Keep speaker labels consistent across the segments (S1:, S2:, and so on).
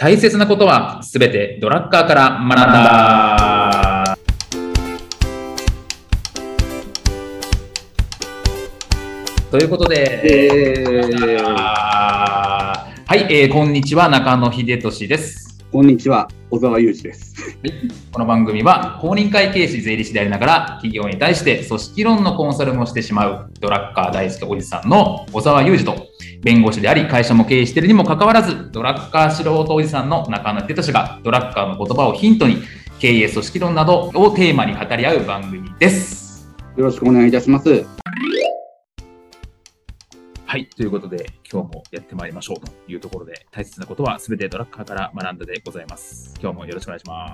S1: 大切なことはすべてドラッカーから学んだ。ということで、はい、こんにちは、中野秀俊です。
S2: こんにちは、小沢裕二です。
S1: この番組は公認会計士税理士でありながら企業に対して組織論のコンサルもしてしまうドラッカー大好きおじさんの小沢裕二と、弁護士であり会社も経営しているにもかかわらずドラッカー素人おじさんの中野秀俊がドラッカーの言葉をヒントに経営組織論などをテーマに語り合う番組です。
S2: よろしくお願いいたします。
S1: はい、ということで今日もやってまいりましょうというところで、大切なことはすべてドラッカーから学んだでございます。今日もよろしくお願いします。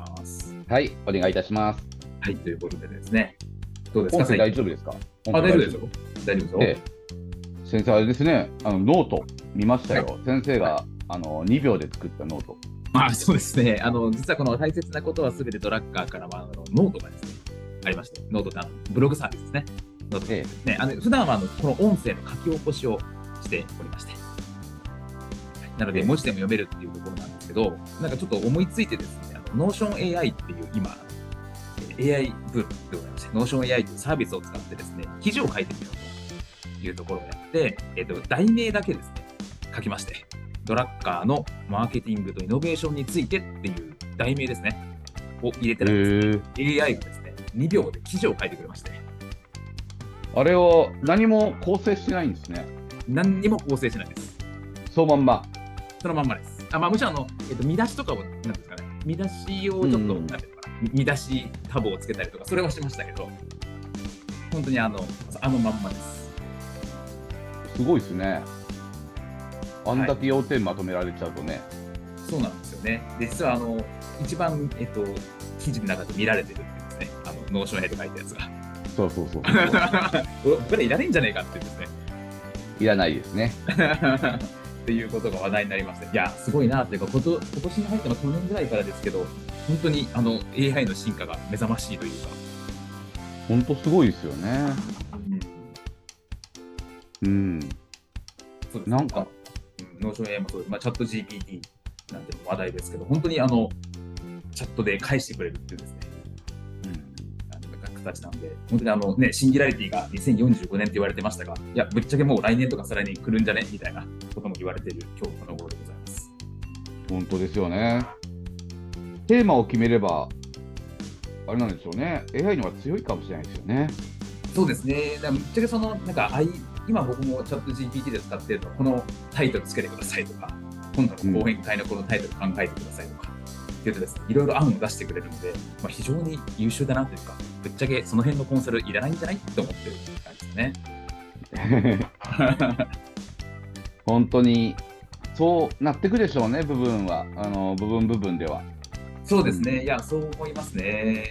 S3: はい、お願いいたします。
S1: はい、ということでですね、どうですか？
S3: 音声大丈夫ですか？
S1: 大丈夫ですよ。大丈夫ですよ。
S3: 先生、あれですね、ノート見ましたよ。はい、先生が、2秒で作ったノート。
S1: そうですね。実はこの大切なことはすべてドラッカーから学ぶノートがですね、ありまして、ノートってブログサービスですね。ノートですね。普段はこの音声の書き起こしをしておりまして、なので文字でも読めるっていうところなんですけど、なんかちょっと思いついてですね、Notion AI っていう今、AI ブームでございまして、Notion AI というサービスを使ってですね、記事を書いてみようというところをやって、題名だけですね、書きまして、ドラッカーのマーケティングとイノベーションについてっていう題名ですね、を入れてるんですね。AI がですね、2秒で記事を書いてくれまして。
S3: あれを何も構成してないんですね。
S1: 何にも構成してないです。
S3: そのまんま。
S1: そのまんまです。もちろん見出しとかを、なんですかね、見出しをちょっと、なんていうのかな、見出しタブをつけたりとか、それはしましたけど、本当にあのまんまです。
S3: すごいですね。あんだけ要点まとめられちゃうとね。はい、
S1: そうなんですよね。で、実は一番、記事の中で見られてるんですね。ノーションヘで書いたやつが。
S3: そうそうそう。
S1: これいらないんじゃないかってですね。
S3: いらないですね。
S1: っていうことが話題になりまして、いや、すごいなというか、今年に入っても去年ぐらいからですけど、本当にAI の進化が目覚ましいというか。
S3: 本当すごいですよね。うん。
S1: そうです。
S3: なんか、
S1: ノーション AI もそうです。チャット GPT なんて話題ですけど、本当にチャットで返してくれるっていうですね。形なんで、本当にシンギュラリティが2045年って言われてましたが、いや、ぶっちゃけもう来年とか再来年来るんじゃねみたいなことも言われている今日この頃でございます。
S3: 本当ですよね。テーマを決めれば、あれなんでしょうね、AI の方が強いかもしれないですよね。
S1: そうですね。ぶっちゃけなんか今僕もチャット GPT で使ってると、このタイトルつけてくださいとか、今度の講演会のこのタイトル考えてくださいとか、っていうとですね、いろいろ案を出してくれるので、非常に優秀だなというか、ぶっちゃけその辺のコンサルいらないんじゃないって思ってる感じですね。
S3: 本当にそうなってくでしょうね、部分は。部分では。
S1: そうですね。いや、そう思いますね。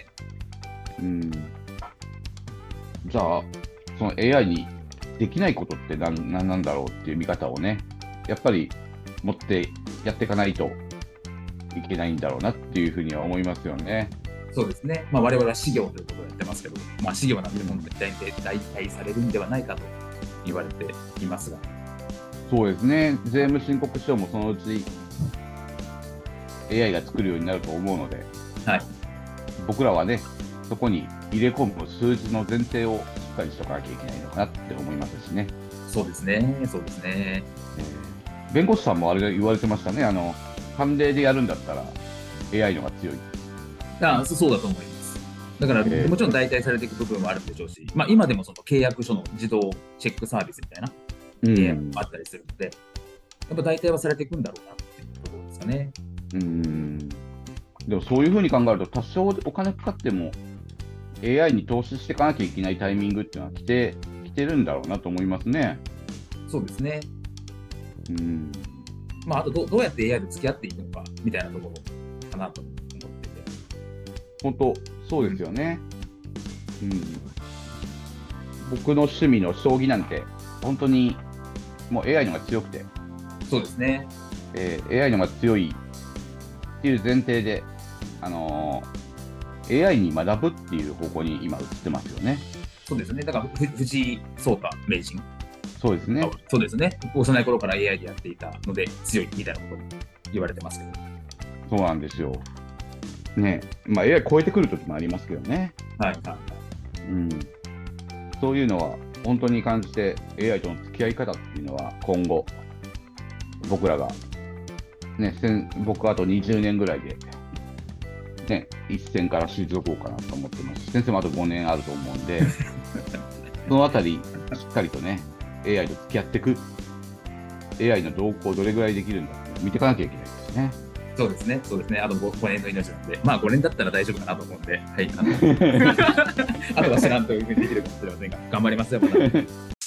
S3: じゃあ、その AI にできないことって何なんだろうっていう見方をね、やっぱり持ってやっていかないといけないんだろうなっていうふうには思いますよね。
S1: そうですね。我々は事業ということをやってますけど、事業なんて本当に代替されるんではないかと言われていますが。
S3: そうですね。税務申告書もそのうち AI が作るようになると思うので、
S1: はい、
S3: 僕らはね、そこに入れ込む数字の前提をしっかりしておかなきゃいけないのかなって思いますしね。
S1: そうですね。そうですね。
S3: 弁護士さんもあれが言われてましたね。判例でやるんだったら AI のが強い。
S1: そうだと思います。だから、もちろん代替されていく部分もあるでしょうし、今でもその契約書の自動チェックサービスみたいな AI もあったりするので、やっぱ代替はされていくんだろうなっていうところですかね。
S3: でもそういうふうに考えると、多少お金かかっても AI に投資していかなきゃいけないタイミングっていうのは来てるんだろうなと思いますね。
S1: そうですね。あとどうやって AI と付き合っていくのかみたいなところかなと思ってて。
S3: 本当そうですよね。僕の趣味の将棋なんて本当にもう AI のが強くて。
S1: そうですね。
S3: AI のが強いっていう前提で、AI に学ぶっていう方向に今移ってますよね。
S1: そうですね。だから藤井聡太名人。
S3: そうですね。
S1: そうですね。幼い頃から AI でやっていたので強いみたいなことも言われてますけど。
S3: そうなんですよ。ね、まあ AI 超えてくる時もありますけどね。
S1: はいはいはい。
S3: うん。そういうのは本当に感じて AI との付き合い方っていうのは今後僕らがね、僕あと20年ぐらいでね、一線から退こうかなと思ってます。先生もあと5年あると思うんで、そのあたりしっかりとね、AI と付き合っていく、AI の動向をどれぐらいできるんだって見ていかなきゃいけないですね。
S1: そうですね、そうですね。あと5年の命なんで、まあ5年だったら大丈夫かなと思うんで、はい。あとは知らんというふうにできるかもしれませんが、頑張りますよ、また。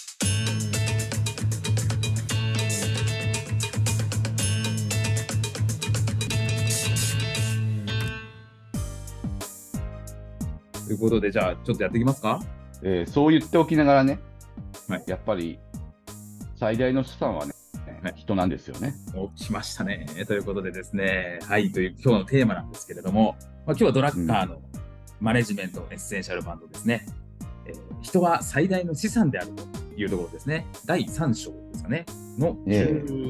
S1: ということで、じゃあ、ちょっとやっていきますか。
S3: そう言っておきながらね、
S1: はい、
S3: やっぱり最大の資産はね、はい、人なんですよね。
S1: 来ましたね。ということでですね、はい、という今日のテーマなんですけれども、今日はドラッカーのマネジメントエッセンシャルファンドですね。人は最大の資産であるというところですね。第3章ですかね。の第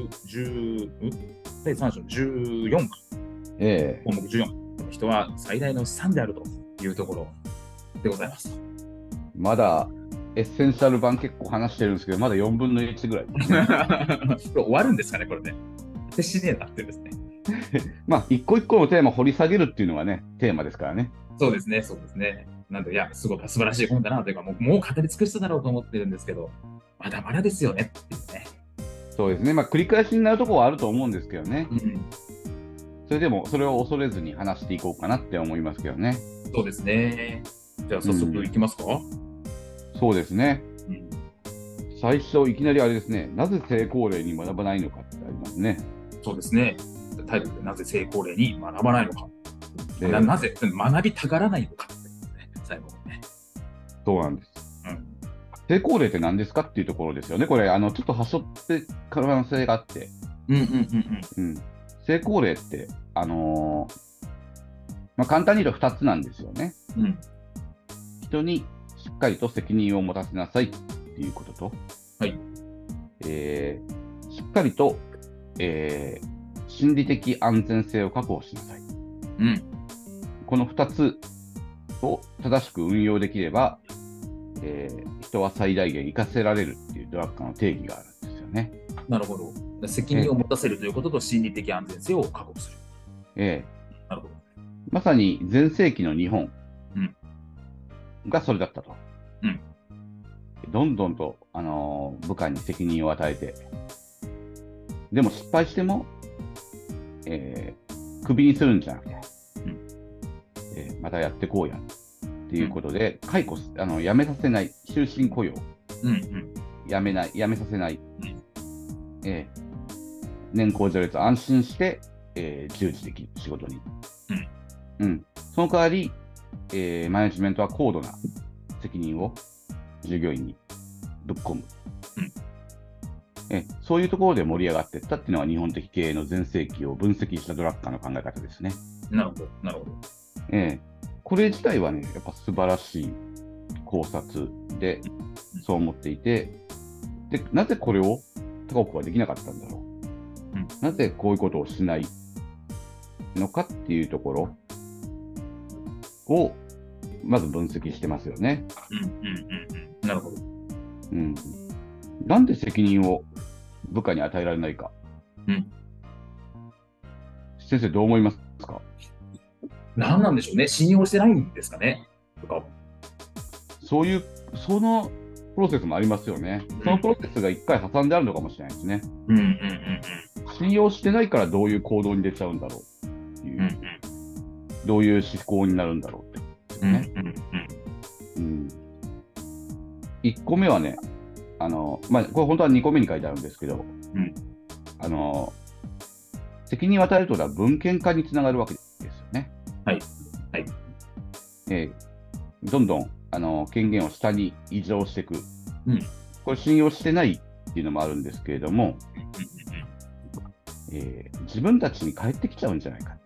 S1: 3章の14巻。項目14。人は最大の資産であるというところでございます。
S3: まだエッセンシャル版結構話してるんですけど、まだ4分の1ぐらいですね。
S1: これ終わるんですかね、これね。でしねえなってですね。
S3: まあ、一個一個のテーマを掘り下げるっていうのがね、テーマですからね。
S1: そうですね、そうですね。なんで、いや、すごく素晴らしい本だなというか、もう語り尽くしただろうと思ってるんですけど、まだまだですよねっていうね。
S3: そうですね、まあ、繰り返しになるところはあると思うんですけどね。それでも、それを恐れずに話していこうかなって思いますけどね。
S1: そうですね。じゃあ、早速いきますか。
S3: そうですね。最初、いきなりあれですね、なぜ成功例に学ばないのかってありますね。
S1: そうですね。タイトルでなぜ成功例に学ばないのか。なぜ学びたがらないのかってですね、最後にね。
S3: そうなんです。成功例って何ですかっていうところですよね。これ、ちょっと端折って可能性があって。成功例って、まあ、簡単に言うと2つなんですよね。人にしっかりと責任を持たせなさいっていうことと、はい、しっかりと、心理的安全性を確保しなさい。この2つを正しく運用できれば、人は最大限生かせられるっていうドラッカーの定義があるんですよね。
S1: なるほど。責任を持たせるということと心理的安全性を確保する。なるほど。
S3: まさに前世紀の日本がそれだったと。どんどんと、部下に責任を与えて、でも失敗しても、クビにするんじゃなくて、またやってこうやっていうことで、解雇辞めさせない、終身雇用、辞めさせない、年功序列、安心して、従事できる仕事に。その代わり、マネジメントは高度な責任を従業員にぶっ込む。そういうところで盛り上がっていったっていうのは日本的経営の全盛期を分析したドラッカーの考え方ですね。
S1: なるほど、なるほど。
S3: これ自体はね、やっぱ素晴らしい考察で、そう思っていて、で、なぜこれを高くはできなかったんだろう。なぜこういうことをしないのかっていうところを、まず分析してますよね。
S1: なるほど。
S3: なんで責任を部下に与えられないか。先生、どう思いますか？
S1: 何なんでしょうね。信用してないんですかね。とか。
S3: そのプロセスもありますよね。そのプロセスが一回挟んであるのかもしれないですね。信用してないからどういう行動に出ちゃうんだろうっていう。どういう思考になるんだろうってね。1個目はね、まあ、これ本当は2個目に書いてあるんですけど、責任を与えるということは文献化につながるわけですよね。どんどん権限を下に移譲していく。これ信用してないっていうのもあるんですけれども、自分たちに返ってきちゃうんじゃないか。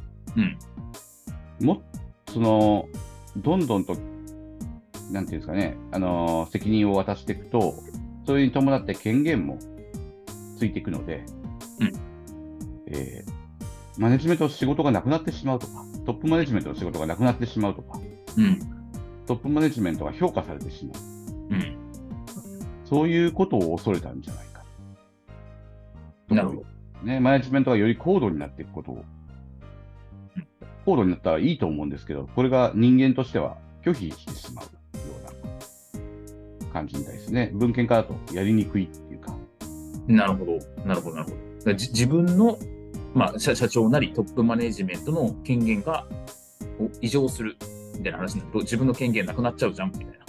S3: どんどんと、なんていうんですかね、責任を渡していくと、それに伴って権限もついていくので、 マネジメントの仕事がなくなってしまうとか、トップマネジメントの仕事がなくなってしまうとか、
S1: うん。
S3: トップマネジメントが評価されてしまう。
S1: うん。
S3: そういうことを恐れたんじゃないか。
S1: なるほど。
S3: ね、マネジメントがより高度になっていくことを、高度になったらいいと思うんですけど、これが人間としては拒否してしまうような感じみたいですね。文献化だとやりにくいっていうか。
S1: なるほど。なるほど。なるほど。だから自分の、まあ、社長なりトップマネジメントの権限が異常するみたいな話になると、自分の権限なくなっちゃうじゃんみたいな。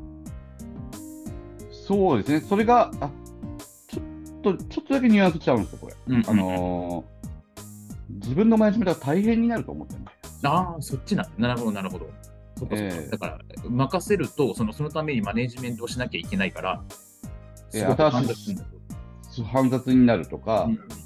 S3: そうですね。それが、ちょっとだけニュアンスちゃうんですよ、これ。自分のマネジメントが大変になると思ってるんだよ。
S1: ああ、そっちなんだ。なるほど、なるほど。そっかそっか。だから、任せると、そのためにマネジメントをしなきゃいけないから、すごく煩雑になる。
S3: 煩雑になるとか、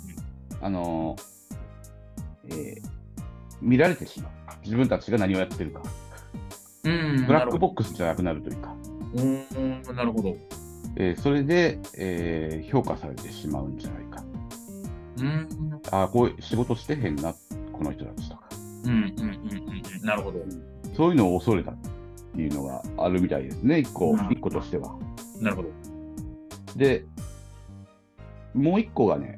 S3: 見られてしまう。自分たちが何をやってるか。ブラックボックスじゃなくなるというか。
S1: なるほど。
S3: それで、評価されてしまうんじゃないか。こういう仕事してへんな、この人たちとか。
S1: なるほど。
S3: そういうのを恐れたっていうのがあるみたいですね、一個としては。
S1: なるほど。
S3: で、もう一個がね、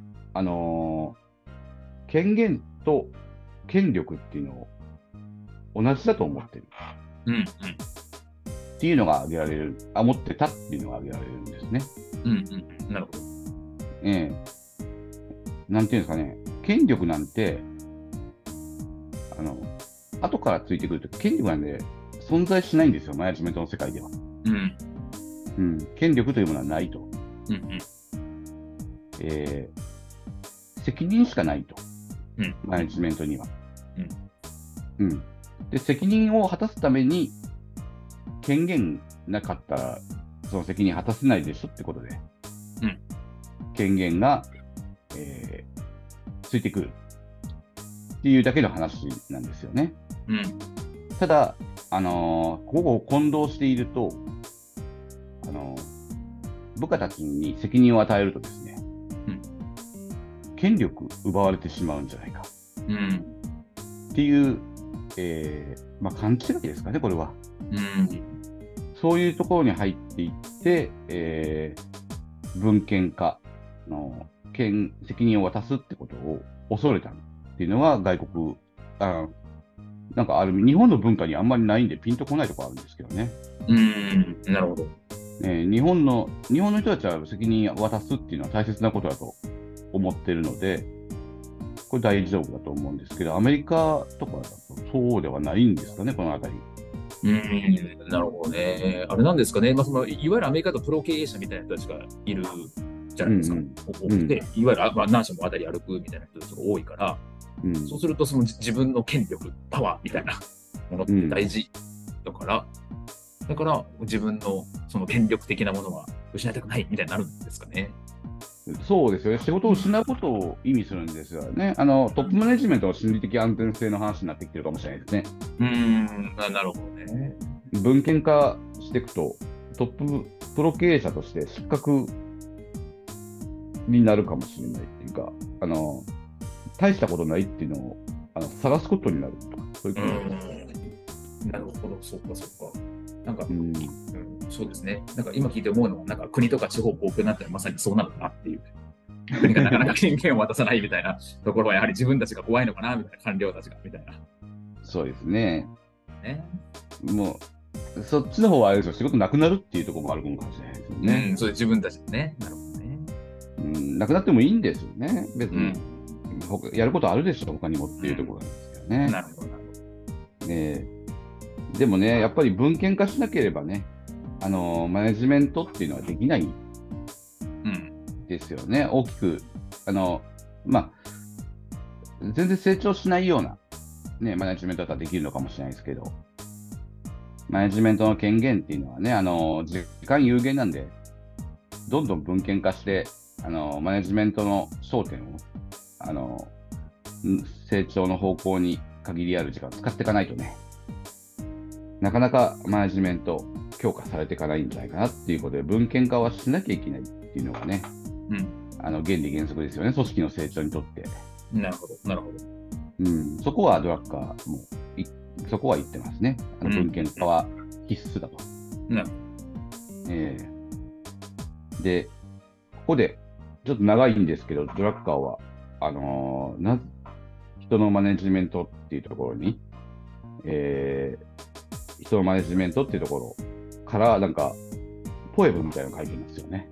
S3: 権限と権力っていうのを同じだと思ってる。っていうのが挙げられる、持ってたっていうのが挙げられるんですね。
S1: なるほど。
S3: なんていうんですかね、権力なんて、後からついてくると、権力なんで存在しないんですよ、マネジメントの世界では。権力というものはないと。責任しかないと、マネジメントには。で、責任を果たすために、権限なかったら、その責任果たせないでしょってことで、権限が、ついてくるっていうだけの話なんですよね。ただ、ここを混同していると、部下たちに責任を与えるとですね、権力奪われてしまうんじゃないか。っていう、勘違いですかね、これは。そういうところに入っていって、文献化の責任を渡すってことを恐れたっていうのが外国、なんかある日本の文化にあんまりないんでピンとこないところあるんですけどね。
S1: なるほど。
S3: 日本の人たちは責任を渡すっていうのは大切なことだと思ってるので、これ大丈夫だと思うんですけど、アメリカとかだとそうではないんですかね、このあたり。
S1: なるほどね。あれなんですかね、いわゆるアメリカだとプロ経営者みたいな人たちがいるじゃないですか。多くて、いわゆる何社も渡り歩くみたいな人たちが多いから、そうするとその自分の権力、パワーみたいなものって大事だから、自分のその権力的なものは失いたくないみたいになるんですかね。
S3: そうですよね。仕事を失うことを意味するんですよね。トップマネジメントの心理的安全性の話になってきてるかもしれないですね。
S1: なるほどね。
S3: 文献化していくと、プロ経営者として失格になるかもしれないっていうか、大したことないっていうのを探すことになるとか、そういうこと
S1: なるほど、そっか。なんか、そうですね。なんか今聞いて思うのは、なんか国とか地方公共になったらまさにそうなのかなっていう。国がなかなか権限を渡さないみたいなところは、やはり自分たちが怖いのかなみたいな、官僚たちがみたいな。
S3: そうですね。もう、そっちの方はあれですよ、仕事なくなるっていうところもあるかもしれないですよね。
S1: そう自分たちでね。なるほどね。
S3: なくなってもいいんですよね。別に、やることあるでしょ、他にもっていうところなんですよね。
S1: なるほど。
S3: でもね、やっぱり文献化しなければね、マネジメントっていうのはできないですよね。大きく、全然成長しないような、マネジメントだったらできるのかもしれないですけど、マネジメントの権限っていうのはね、時間有限なんで、どんどん文献化して、マネジメントの焦点を、成長の方向に限りある時間を使っていかないとね、なかなかマネジメント強化されていかないんじゃないかなっていうことで、文献化はしなきゃいけないっていうのがね、原理原則ですよね、組織の成長にとって。
S1: なるほど。
S3: そこはドラッカーもそこは言ってますね。文献化は必須だと。で、ここで、ちょっと長いんですけど、ドラッカーは、人のマネジメントっていうところに、人のマネジメントっていうところから、なんか、ポエムみたいなの書いてますよね。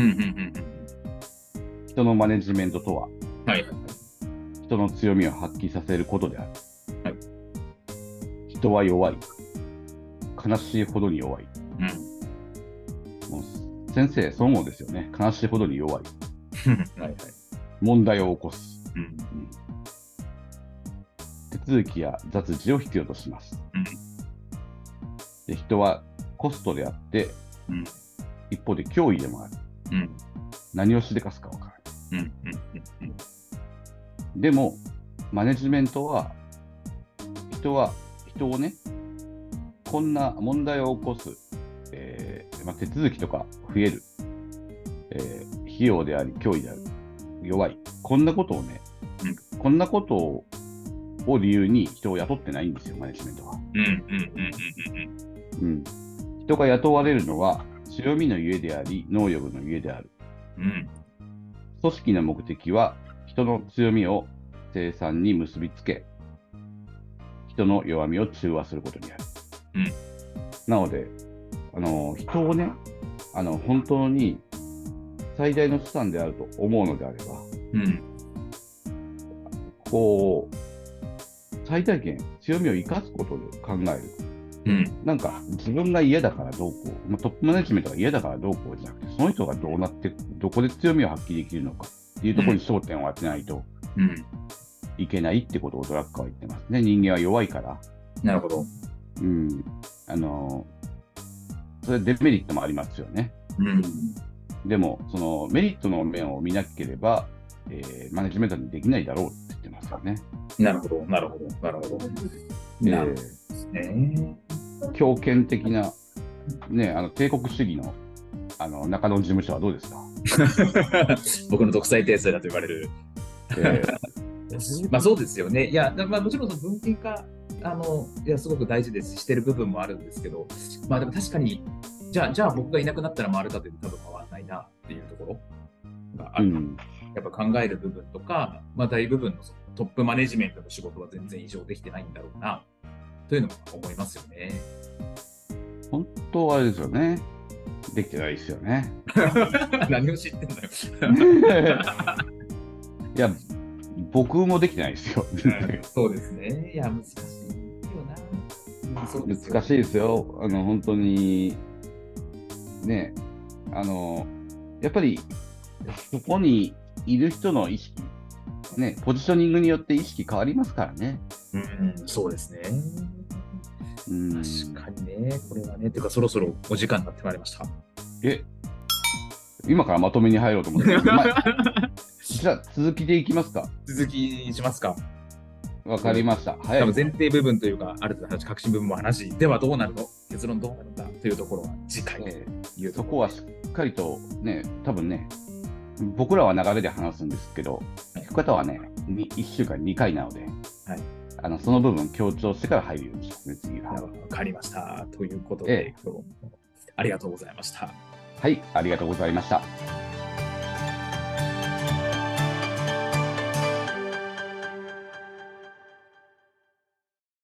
S3: 人のマネジメントとは、人の強みを発揮させることである。人は弱い。悲しいほどに弱い。もう先生、そう思うんですよね。悲しいほどに弱い。問題を起こす。手続きや雑事を必要とします。で、人はコストであって、一方で脅威でもある。何をしでかすか分からない。でも、マネジメントは、人をね、こんな問題を起こす、手続きとか増える、費用であり、脅威である、弱い、こんなことをね、こんなことを理由に人を雇ってないんですよ、マネジメントは。人が雇われるのは、強みのゆえであり、能力のゆえである。組織の目的は、人の強みを生産に結びつけ、人の弱みを中和することにある。なので、人をね、本当に最大の資産であると思うのであれば、こう、最大限強みを生かすことで考える。なんか自分が嫌だからどうこう、トップマネジメントが嫌だからどうこうじゃなくて、その人がどうなって、どこで強みを発揮できるのかっていうところに焦点を当てないといけないってことをドラッカーは言ってますね。人間は弱いから。
S1: なるほど。
S3: それデメリットもありますよね。でも、そのメリットの面を見なければ、マネジメントにできないだろうって言ってますよね。
S1: なるほど、なるほど、なるほど。
S3: 強権的な、ね、帝国主義の、中野事務所はどうですか？
S1: 僕の独裁体制だと言われる。まあそうですよね。いや、もちろんその文献化、いや、すごく大事ですしてる部分もあるんですけど、まあでも確かに、じゃあ僕がいなくなったら回るかというと多分回らないなっていうところがある。やっぱ考える部分とか、大部分のそのトップマネジメントの仕事は全然異常できてないんだろうな、というのも思いますよね。
S3: 本当はあれですよね。できてないですよね。
S1: 何を知ってんだよ。
S3: いや、僕もできてないですよ。
S1: そうですね。いや、難しいよな。
S3: 難しいですよ。本当に、ね、やっぱり、そこにいる人の意識、ね、ポジショニングによって意識変わりますからね。
S1: そうですね。確かにね、これはね、てかそろそろお時間になってまいりました。
S3: 今からまとめに入ろうと思って。じゃあ、続きでいきますか。
S1: 続きしますか。
S3: わかりました。
S1: 多分前提部分というか、ある程度話、核心部分も話、ではどうなるの、結論どうなるんだというところは次回というところ。
S3: そこはしっかりとね、多分ね、僕らは流れで話すんですけど、聞く方はね、1週間2回なので、その部分強調してから入るようにしますね、次は。
S1: わかりました。ということで、今日もありがとうございました。
S3: はい、ありがとうございました。